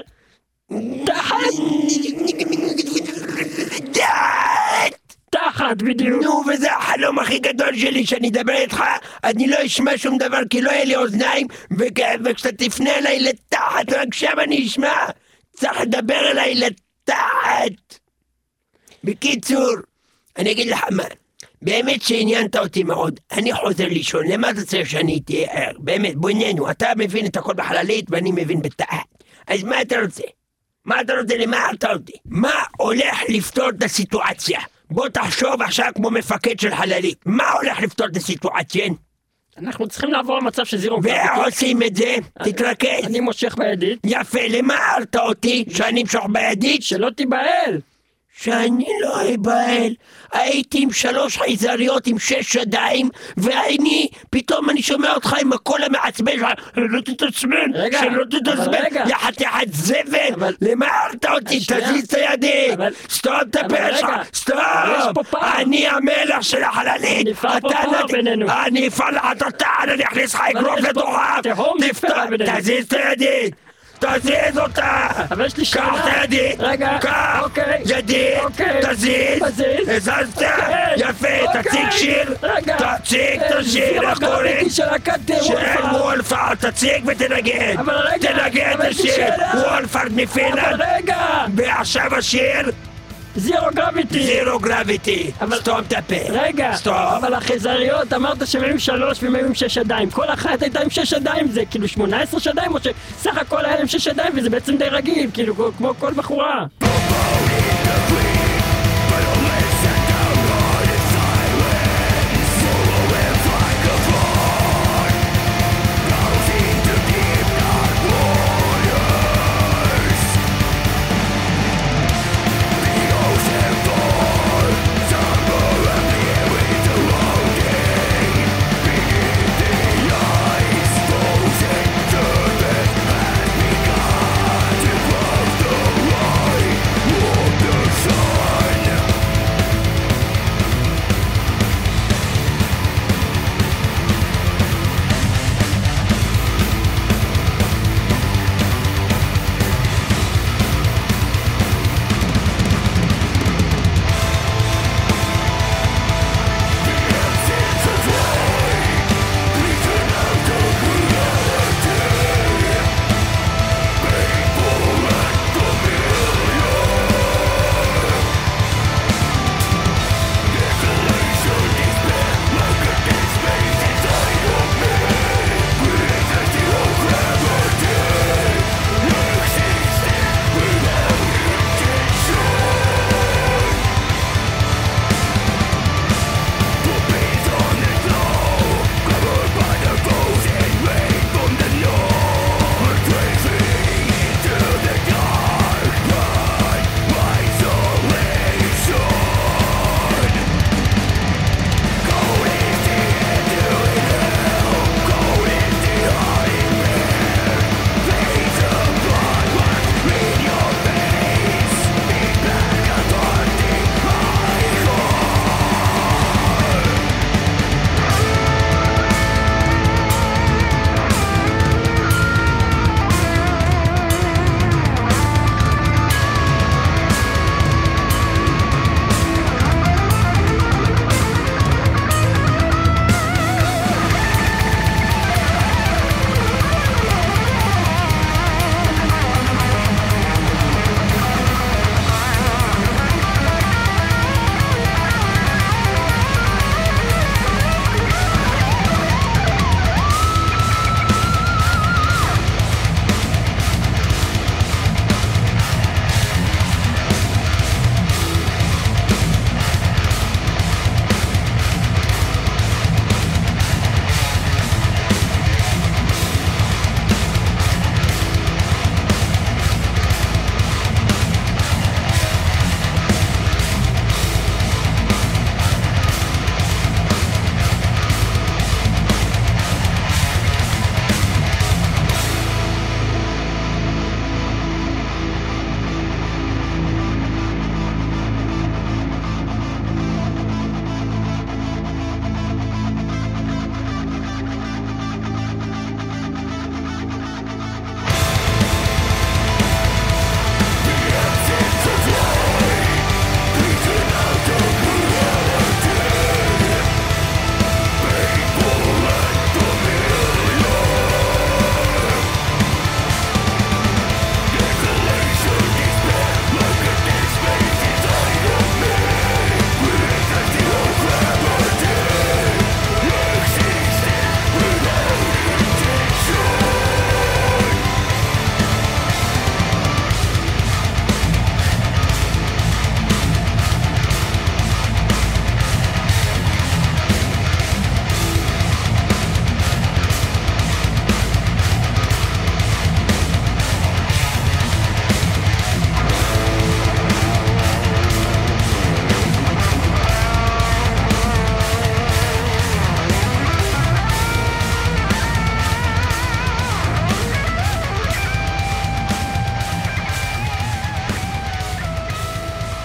Speaker 1: תחת בדיוק.
Speaker 6: נו, וזה החלום הכי גדול שלי, שאני אדבר איתך, אני לא אשמע שום דבר כי לא יהיה לי אוזניים, וכשאתה תפנה אליי לתחת, רק שם אני אשמע. צריך לדבר אליי לתחת. בקיצור, אני אגיד לך מה, באמת שעניינת אותי מאוד, אני חוזר לישון, למה אתה צריך שאני אתהיה ער? באמת, בוננו, אתה מבין את הכל בחללית ואני מבין בתחת. אז מה אתה רוצה? מה אתה רוצה? למה הערת אותי? מה הולך לפתור את הסיטואציה? בוא תחשוב עכשיו כמו מפקד של חללית. מה הולך לפתור את הסיטואציה?
Speaker 1: אנחנו צריכים לעבור למצב של זירו גרביטי.
Speaker 6: ואיך עושים את זה? תתרכז.
Speaker 1: אני מושך בידית.
Speaker 6: יפה, למה הערת אותי? שאני אמשוך בידית?
Speaker 1: שלא תיבהל.
Speaker 6: שאני לא אבהל. הייתי עם 3 חייזריות עם 6 ידיים, פתאום אני שומע אותך עם הקול המעצבן שלך, לא תתעצבן, שלא תתעצבן, יא חתיכת זבל, למה הערת אותי? תזיז את הידיים, סתום את הפה שלך, סתום, אני המלך של החללית, אני אפעל לך את הטען, אני אכניס לך אגרוף לתוכה, תזיז את הידיים, תזיז אותה!
Speaker 1: אבל יש לי שאלה.
Speaker 6: קח את הידית!
Speaker 1: רגע,
Speaker 6: קח! ידית! תזיז! הזזת! יפה! תציג שיר! תציג את השיר! איך קוראים? שיר וולפרד! תציג ותנגן! תנגן את השיר! וולפרד מפינלנד! ועכשיו השיר!
Speaker 1: זירו גרביטי!
Speaker 6: זירו גרביטי! סתום את הפה!
Speaker 1: רגע!
Speaker 6: סתום!
Speaker 1: אבל החייזריות אמרת שהם היו עם 3 והם היו עם 6 ידיים. כל אחת הייתה עם 6 ידיים, זה כאילו 18 ידיים, או שסך הכל היה עם 6 ידיים וזה בעצם די רגיל, כאילו כמו כל בחורה.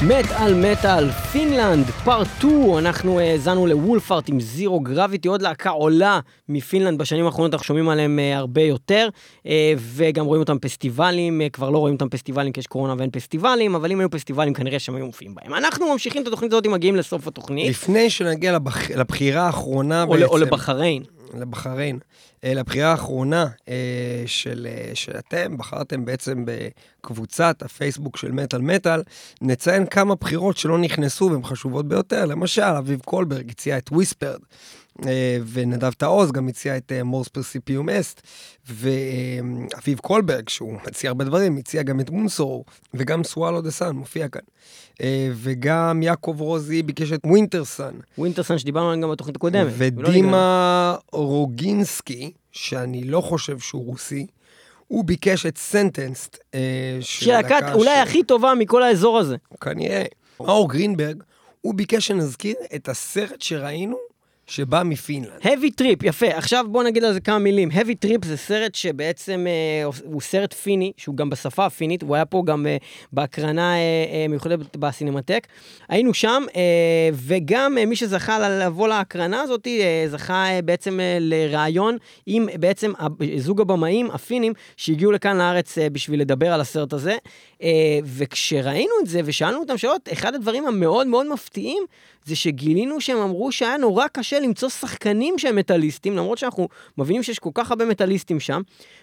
Speaker 1: מטל, פינלנד, פארט 2, אנחנו האזנו לוולפארט עם זירו גרביטי, עוד להקה עולה מפינלנד, בשנים האחרונות אנחנו שומעים עליהם הרבה יותר, וגם רואים אותם פסטיבלים, כבר לא רואים אותם פסטיבלים כי יש קורונה ואין פסטיבלים, אבל אם היו פסטיבלים כנראה שהם היו מופיעים בהם. אנחנו ממשיכים את התוכנית הזאת, מגיעים לסוף התוכנית.
Speaker 2: לפני שנגיע לבחירה האחרונה בעצם.
Speaker 1: או לבחריין.
Speaker 2: לבחריין. לבחירה האחרונה שאתם בחרתם בעצם בקבוצת הפייסבוק של מטל, נציין כמה בחירות שלא נכנסו והן חשובות ביותר. למשל, אביב קולברג הציע את וויספרד, ונדב תעוז גם הציע את מורס פרסיפיום אסט, ואביב קולברג, שהוא מציע הרבה דברים, הציע גם את מונסור, וגם סוואלו דה סן מופיע כאן. וגם יעקב רוזי ביקש את ווינטרסן
Speaker 1: שדיברנו עליהם גם בתוכנית הקודמת.
Speaker 2: ודימה רוגינסקי, שאני לא חושב שהוא רוסי, הוא ביקש את סנטנסט,
Speaker 1: שהלהקה אולי הכי טובה מכל האזור הזה.
Speaker 2: כנראה. מאור גרינברג, הוא ביקש שנזכיר את הסרט שראינו, שבא מפינלנד.
Speaker 1: Heavy Trip, יפה. עכשיו בוא נגיד על זה כמה מילים. Heavy Trip זה סרט שבעצם הוא סרט פיני, שהוא גם בשפה הפינית, הוא היה פה גם בהקרנה מיוחדת בסינמטק. היינו שם, וגם מי שזכה לבוא להקרנה הזאת, זכה בעצם לרעיון עם בעצם זוג הבמאים הפינים, שהגיעו לכאן לארץ בשביל לדבר על הסרט הזה. וכשראינו את זה ושאלנו אותם שאלות, אחד הדברים המאוד מאוד מפתיעים, זה שגילינו שהם אמרו שהיה נורא קשה למצוא שחקנים שהם מטליסטים, למרות שאנחנו מבינים שיש כל כך הרבה מטליסטים שם,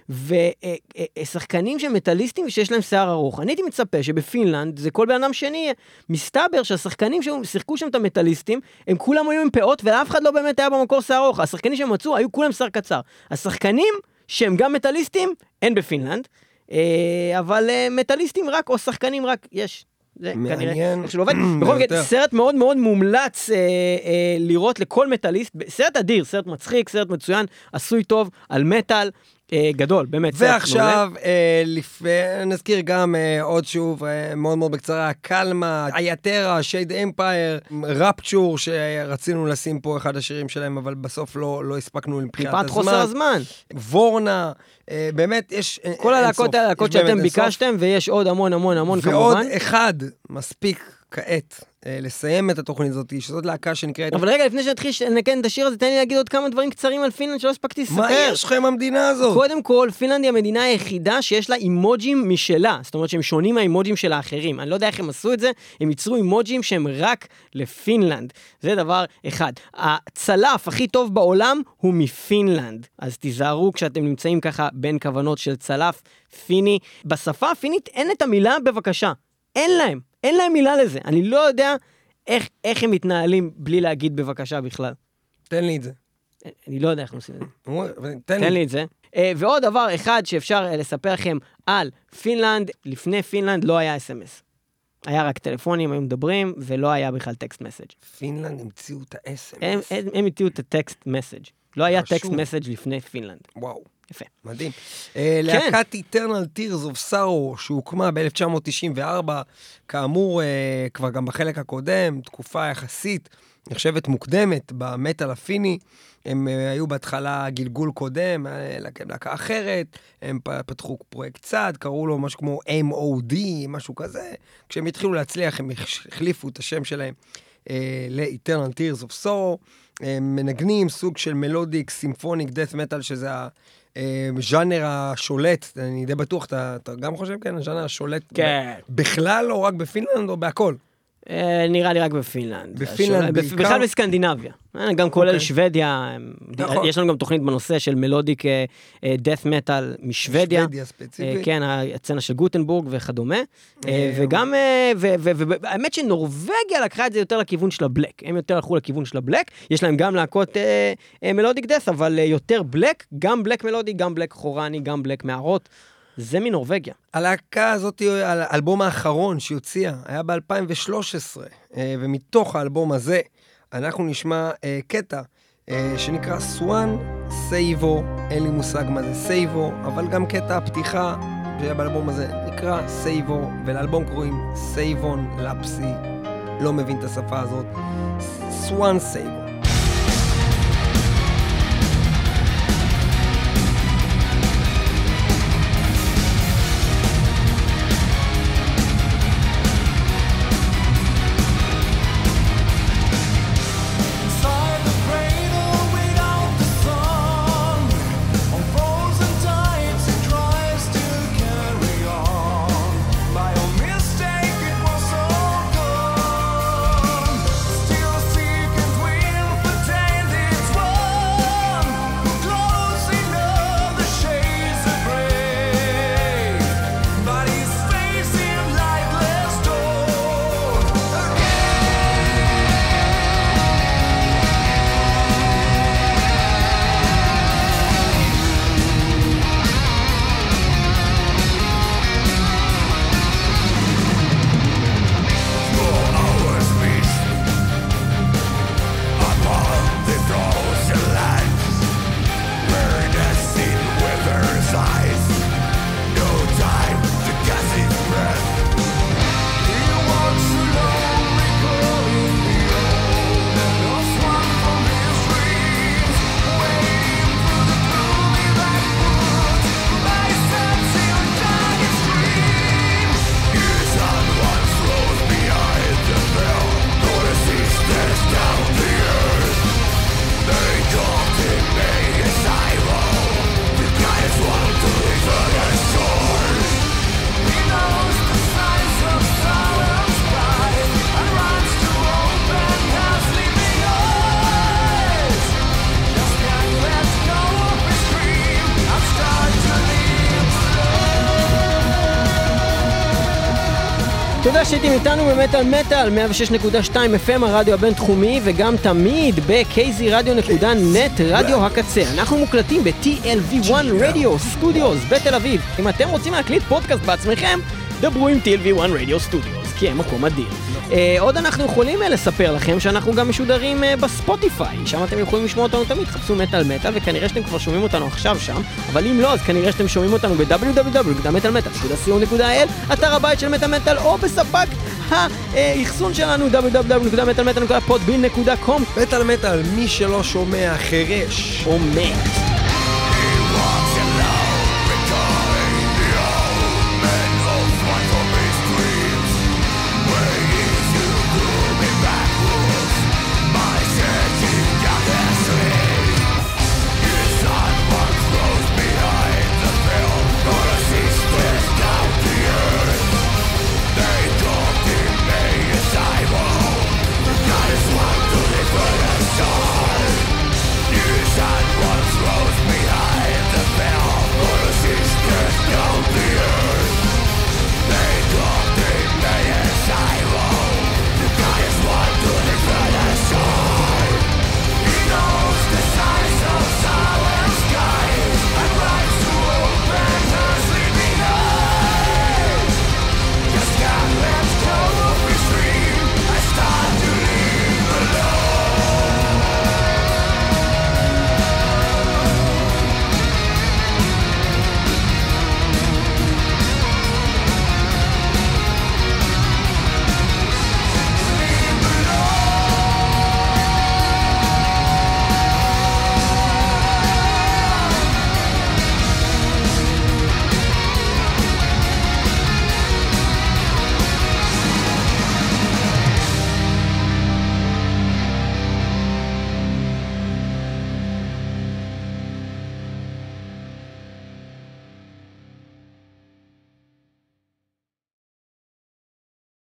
Speaker 1: ושחקנים שהם מטליסטים ושיש להם שיער ארוך. אני הייתי מצפה שבפינלנד, זה כל בן אדם שני, מסתבר שהשחקנים ששיחקו שם את המטליסטים, הם כולם היו עם פאות, ואף אחד לא באמת היה במקור שיער ארוך. השחקנים שהם מצאו, היו כולם שיער קצר. השחקנים שהם גם מטליסטים, אין בפינלנד, אבל מטליסטים רק, או שחקנים רק, יש. זה כנראה איך שלא עובד. בכל מקרה, סרט מאוד מאוד מומלץ לראות לכל מטליסט, סרט אדיר, סרט מצחיק, סרט מצוין, עשוי טוב, על מטל, גדול, באמת.
Speaker 2: ועכשיו, נזכיר גם עוד שוב, מאוד מאוד בקצרה, קלמה, אייטרה, שייד אמפייר, רפצ'ור, שרצינו לשים פה אחד השירים שלהם, אבל בסוף לא הספקנו לבחירת הזמן.
Speaker 1: מפאת חוסר הזמן.
Speaker 2: וורנה, באמת יש...
Speaker 1: כל הלהקות שאתם ביקשתם, ויש עוד המון כמובן.
Speaker 2: ועוד אחד מספיק כעת לסיים את התוכנית הזאת, שזאת להקה שנקראת...
Speaker 1: אבל רגע, לפני שנתחיל לנקן את השיר הזה, תן לי להגיד עוד כמה דברים קצרים על פינלנד שלא הספקתי לספר.
Speaker 2: מה יש לכם המדינה הזאת?
Speaker 1: קודם כל, פינלנד היא המדינה היחידה שיש לה אימוג'ים משלה, זאת אומרת שהם שונים מהאימוג'ים של האחרים. אני לא יודע איך הם עשו את זה, הם ייצרו אימוג'ים שהם רק לפינלנד. זה דבר אחד. הצלף הכי טוב בעולם הוא מפינלנד, אז תיזהרו כשאתם נמצאים ככה בין כוונות של צלף פיני. בשפה הפינית אין את המילה בבקשה. אין להם מילה לזה. אני לא יודע איך הם מתנהלים בלי להגיד בבקשה בכלל.
Speaker 2: תן לי את זה.
Speaker 1: אני לא יודע איך הם עושים את זה.
Speaker 2: תן
Speaker 1: לי את זה. ועוד דבר אחד שאפשר לספר לכם על פינלנד, לפני פינלנד לא היה SMS. היה רק טלפונים, היו מדברים, ולא היה בכלל טקסט מסאג'.
Speaker 2: פינלנד המציאו את ה-SMS.
Speaker 1: הם המציאו את הטקסט מסאג'. לא היה טקסט מסאג' לפני פינלנד.
Speaker 2: וואו.
Speaker 1: יפה.
Speaker 2: מדהים. להקת Eternal Tears of Sorrow, שהוקמה ב-1994, כאמור, כבר גם בחלק הקודם, תקופה יחסית, נחשבת מוקדמת במטל הפיני, הם היו בהתחלה גלגול קודם, להקה אחרת, הם פתחו פרויקט צד, קראו לו משהו כמו MOD, משהו כזה, כשהם התחילו להצליח, הם החליפו את השם שלהם ל-Eternal Tears of Sorrow, הם מנגנים סוג של מלודיק, סימפוניק, דאט מטל, שזה הז'אנר השולט, אני די בטוח, אתה גם חושב, כן? הז'אנר השולט בכלל או רק בפינלנד או בהכל?
Speaker 1: נראה לי רק בפינלנד.
Speaker 2: בפינלנד בעיקר?
Speaker 1: בכלל בסקנדינביה. גם כולל שוודיה, יש לנו גם תוכנית בנושא של מלודיק דאט מטל משוודיה.
Speaker 2: שוודיה ספציפית.
Speaker 1: כן, הצצנה של גוטנבורג וכדומה. וגם, האמת שנורווגיה לקחה את זה יותר לכיוון של הבלק. הם יותר הלכו לכיוון של הבלק. יש להם גם להקות מלודיק דאט, אבל יותר בלק, גם בלק מלודי, גם בלק חורני, גם בלק מערות. זה מנורווגיה.
Speaker 2: הלהקה הזאת, האלבום האחרון שהוציאה, היה ב-2013, ומתוך האלבום הזה, אנחנו נשמע קטע שנקרא סואן סייבו, אין לי מושג מה זה סייבו, אבל גם קטע הפתיחה באלבום הזה נקרא סייבו, ולאלבום קוראים סייבון לפסי, לא מבין את השפה הזאת, סואן סייבו.
Speaker 1: תודה שהייתם איתנו במטל מטל 106.2 FM הרדיו הבינתחומי, וגם תמיד ב-kzradio.net רדיו הקצה. אנחנו מוקלטים ב-TLV1 Radio Studios בתל אביב. אם אתם רוצים להקליט פודקאסט בעצמכם, דברו עם TLV1 Radio Studios, כי הם מקום אדיר. עוד אנחנו יכולים לספר לכם שאנחנו גם משודרים בספוטיפיי, שם אתם יכולים לשמוע אותנו תמיד, חפשו מטל מטל, וכנראה שאתם כבר שומעים אותנו עכשיו שם, אבל אם לא, אז כנראה שאתם שומעים אותנו ב-www.metalmetal.co.il, אתר הבית של מטל מטל, או בספק האחסון שלנו www.metalmetal.podbean.com.
Speaker 2: מטל מטל, מי שלא שומע חרש
Speaker 1: או מת.